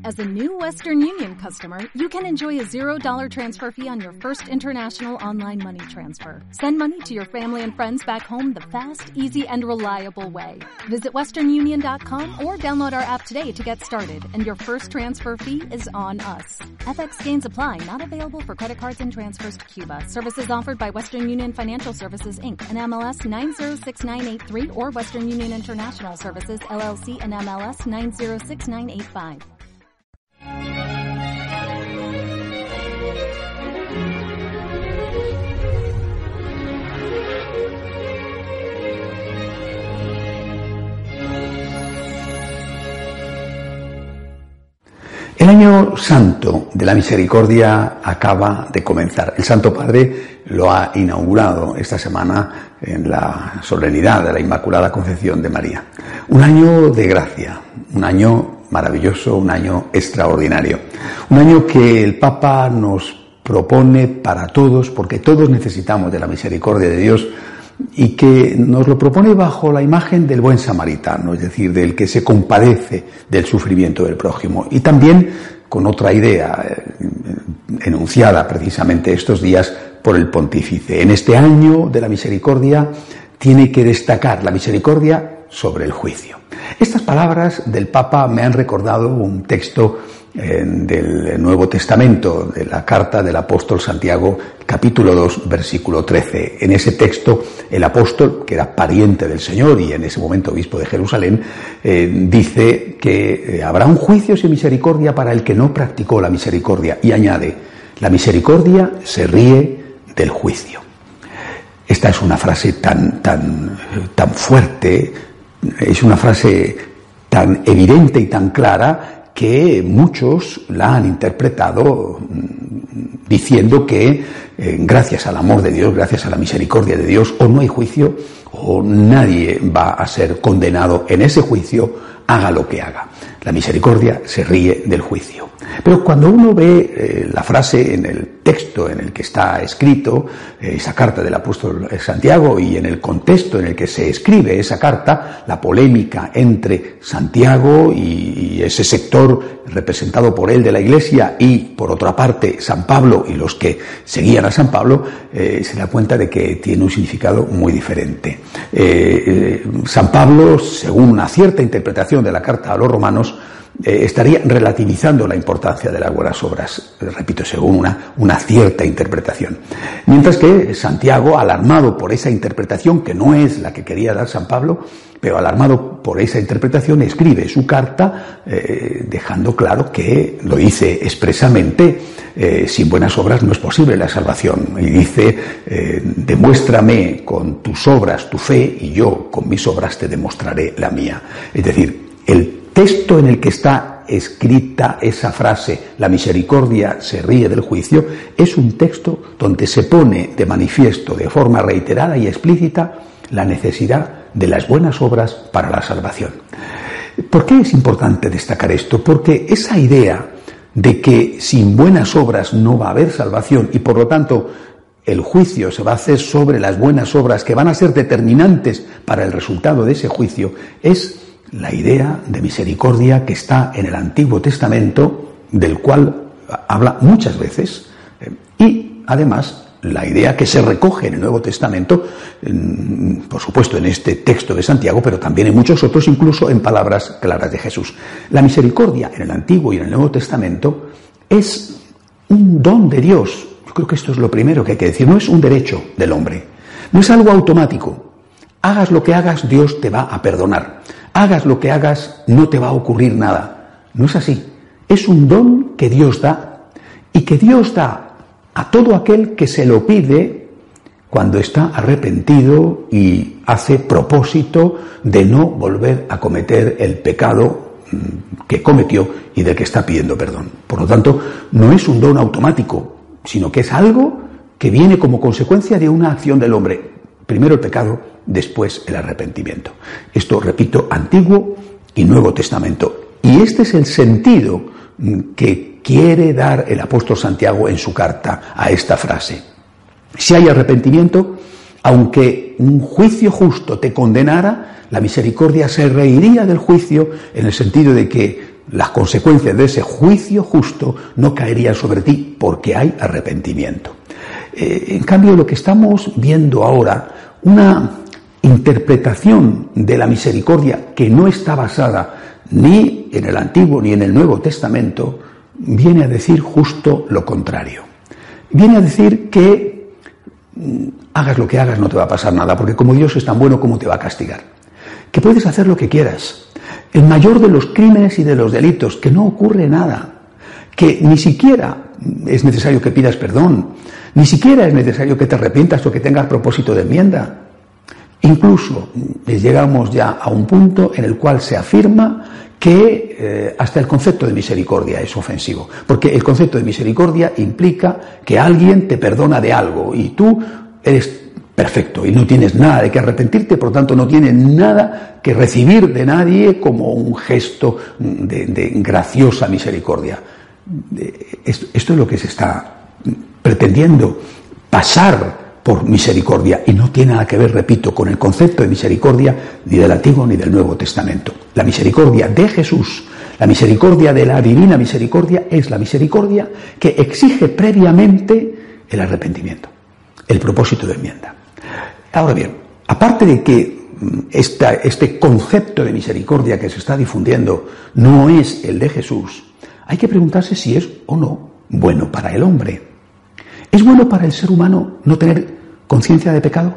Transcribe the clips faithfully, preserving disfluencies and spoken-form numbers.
As a new Western Union customer, you can enjoy a zero dollar transfer fee on your first international online money transfer. Send money to your family and friends back home the fast, easy, and reliable way. Visit western union dot com or download our app today to get started, and your first transfer fee is on us. F X gains apply, not available for credit cards and transfers to Cuba. Services offered by Western Union Financial Services, Incorporated, and M L S nine zero six nine eight three or Western Union International Services, L L C, and M L S nine zero six nine eight five. El año santo de la misericordia acaba de comenzar. El Santo Padre lo ha inaugurado esta semana en la solemnidad de la Inmaculada Concepción de María. Un año de gracia, un año maravilloso, un año extraordinario. Un año que el Papa nos propone para todos, porque todos necesitamos de la misericordia de Dios, y que nos lo propone bajo la imagen del buen samaritano, es decir, del que se compadece del sufrimiento del prójimo, y también con otra idea eh, enunciada precisamente estos días por el pontífice. En este año de la misericordia tiene que destacar la misericordia sobre el juicio. Estas palabras del Papa me han recordado un texto eh, del Nuevo Testamento, de la carta del apóstol Santiago, capítulo dos, versículo trece. En ese texto, el apóstol, que era pariente del Señor y en ese momento obispo de Jerusalén, eh, dice que eh, habrá un juicio sin misericordia para el que no practicó la misericordia, y añade: la misericordia se ríe del juicio. Esta es una frase tan, tan, tan fuerte, es una frase tan evidente y tan clara que muchos la han interpretado diciendo que eh, gracias al amor de Dios, gracias a la misericordia de Dios, o no hay juicio o nadie va a ser condenado en ese juicio, haga lo que haga. La misericordia se ríe del juicio. Pero cuando uno ve eh, la frase en el texto en el que está escrito, eh, esa carta del apóstol Santiago, y en el contexto en el que se escribe esa carta, la polémica entre Santiago y, y ese sector representado por él de la Iglesia, y por otra parte San Pablo y los que seguían a San Pablo, eh, se da cuenta de que tiene un significado muy diferente. Eh, eh, San Pablo, según una cierta interpretación de la carta a los romanos, Eh, estaría relativizando la importancia de las buenas obras, eh, repito, según una, una cierta interpretación. Mientras que Santiago, alarmado por esa interpretación, que no es la que quería dar San Pablo, pero alarmado por esa interpretación, escribe su carta eh, dejando claro que, lo dice expresamente, eh, sin buenas obras no es posible la salvación. Y dice, eh, demuéstrame con tus obras tu fe y yo con mis obras te demostraré la mía. Es decir, el texto en el que está escrita esa frase, la misericordia se ríe del juicio, es un texto donde se pone de manifiesto de forma reiterada y explícita la necesidad de las buenas obras para la salvación. ¿Por qué es importante destacar esto? Porque esa idea de que sin buenas obras no va a haber salvación y por lo tanto el juicio se va a hacer sobre las buenas obras que van a ser determinantes para el resultado de ese juicio, es la idea de misericordia que está en el Antiguo Testamento, del cual habla muchas veces, y además la idea que se recoge en el Nuevo Testamento, por supuesto en este texto de Santiago, pero también en muchos otros, incluso en palabras claras de Jesús. La misericordia en el Antiguo y en el Nuevo Testamento es un don de Dios. Yo creo que esto es lo primero que hay que decir. No es un derecho del hombre, no es algo automático. Hagas lo que hagas, Dios te va a perdonar. Hagas lo que hagas, no te va a ocurrir nada. No es así. Es un don que Dios da, y que Dios da a todo aquel que se lo pide cuando está arrepentido y hace propósito de no volver a cometer el pecado que cometió y del que está pidiendo perdón. Por lo tanto, no es un don automático, sino que es algo que viene como consecuencia de una acción del hombre. Primero el pecado, después el arrepentimiento. Esto, repito, Antiguo y Nuevo Testamento. Y este es el sentido que quiere dar el apóstol Santiago en su carta a esta frase. Si hay arrepentimiento, aunque un juicio justo te condenara, la misericordia se reiría del juicio, en el sentido de que las consecuencias de ese juicio justo no caerían sobre ti porque hay arrepentimiento. Eh, en cambio, lo que estamos viendo ahora, una interpretación de la misericordia que no está basada ni en el Antiguo ni en el Nuevo Testamento, viene a decir justo lo contrario. Viene a decir que mm, hagas lo que hagas no te va a pasar nada, porque como Dios es tan bueno, ¿cómo te va a castigar? Que puedes hacer lo que quieras. El mayor de los crímenes y de los delitos, que no ocurre nada, que ni siquiera es necesario que pidas perdón, ni siquiera es necesario que te arrepientas o que tengas propósito de enmienda. Incluso llegamos ya a un punto en el cual se afirma que eh, hasta el concepto de misericordia es ofensivo, porque el concepto de misericordia implica que alguien te perdona de algo y tú eres perfecto y no tienes nada de que arrepentirte, por lo tanto no tienes nada que recibir de nadie como un gesto de, de graciosa misericordia. Esto, esto es lo que se está pretendiendo pasar por misericordia, y no tiene nada que ver, repito, con el concepto de misericordia ni del Antiguo ni del Nuevo Testamento. La misericordia de Jesús, la misericordia de la divina misericordia, es la misericordia que exige previamente el arrepentimiento, el propósito de enmienda. Ahora bien, aparte de que esta, este concepto de misericordia que se está difundiendo no es el de Jesús, hay que preguntarse si es o no bueno para el hombre. ¿Es bueno para el ser humano no tener conciencia de pecado?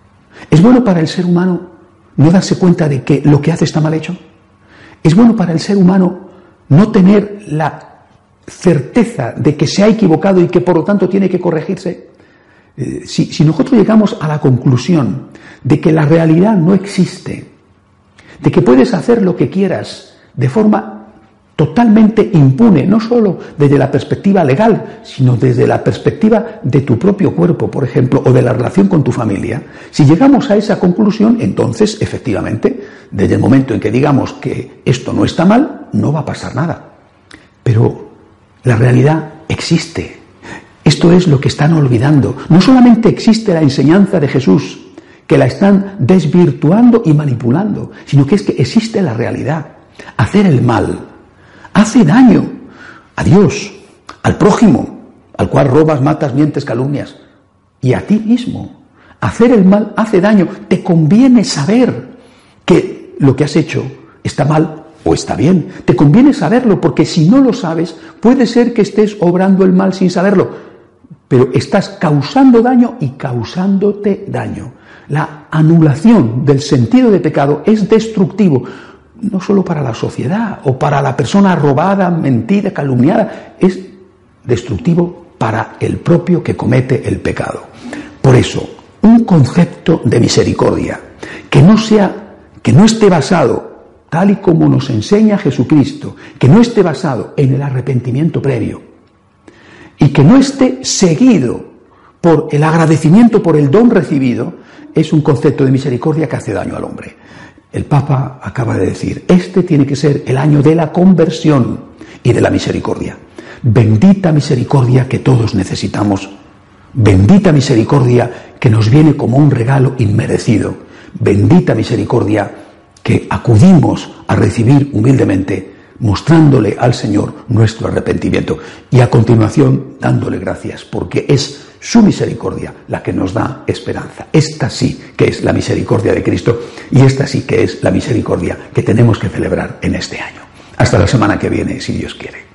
¿Es bueno para el ser humano no darse cuenta de que lo que hace está mal hecho? ¿Es bueno para el ser humano no tener la certeza de que se ha equivocado y que por lo tanto tiene que corregirse? Eh, si, si nosotros llegamos a la conclusión de que la realidad no existe, de que puedes hacer lo que quieras de forma totalmente impune, no solo desde la perspectiva legal, sino desde la perspectiva de tu propio cuerpo, por ejemplo, o de la relación con tu familia, si llegamos a esa conclusión, entonces, efectivamente, desde el momento en que digamos que esto no está mal, no va a pasar nada. Pero la realidad existe. Esto es lo que están olvidando. No solamente existe la enseñanza de Jesús, que la están desvirtuando y manipulando, sino que es que existe la realidad. Hacer el mal hace daño a Dios, al prójimo, al cual robas, matas, mientes, calumnias, y a ti mismo. Hacer el mal hace daño. Te conviene saber que lo que has hecho está mal o está bien. Te conviene saberlo, porque si no lo sabes, puede ser que estés obrando el mal sin saberlo, pero estás causando daño y causándote daño. La anulación del sentido de pecado es destructivo, no solo para la sociedad o para la persona robada, mentida, calumniada, es destructivo para el propio que comete el pecado. Por eso, un concepto de misericordia que no sea, que no esté basado, tal y como nos enseña Jesucristo, que no esté basado en el arrepentimiento previo y que no esté seguido por el agradecimiento por el don recibido, es un concepto de misericordia que hace daño al hombre. El Papa acaba de decir, este tiene que ser el año de la conversión y de la misericordia. Bendita misericordia que todos necesitamos. Bendita misericordia que nos viene como un regalo inmerecido. Bendita misericordia que acudimos a recibir humildemente, mostrándole al Señor nuestro arrepentimiento y a continuación dándole gracias, porque es su misericordia la que nos da esperanza. Esta sí que es la misericordia de Cristo y esta sí que es la misericordia que tenemos que celebrar en este año. Hasta la semana que viene, si Dios quiere.